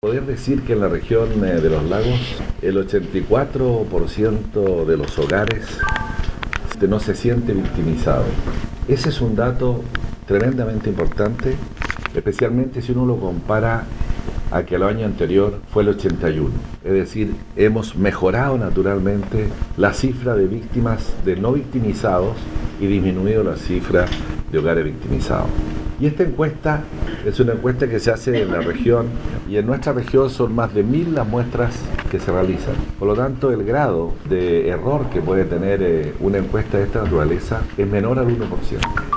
Poder decir que en la región de los lagos el 84% de los hogares no se siente victimizado. Ese es un dato tremendamente importante, especialmente si uno lo compara a que el año anterior fue el 81. Es decir, hemos mejorado naturalmente la cifra de víctimas de no victimizados y disminuido la cifra de hogares victimizados. Y esta encuesta es una encuesta que se hace en la región, y en nuestra región son más de 1000 las muestras que se realizan. Por lo tanto, el grado de error que puede tener una encuesta de esta naturaleza es menor al 1%.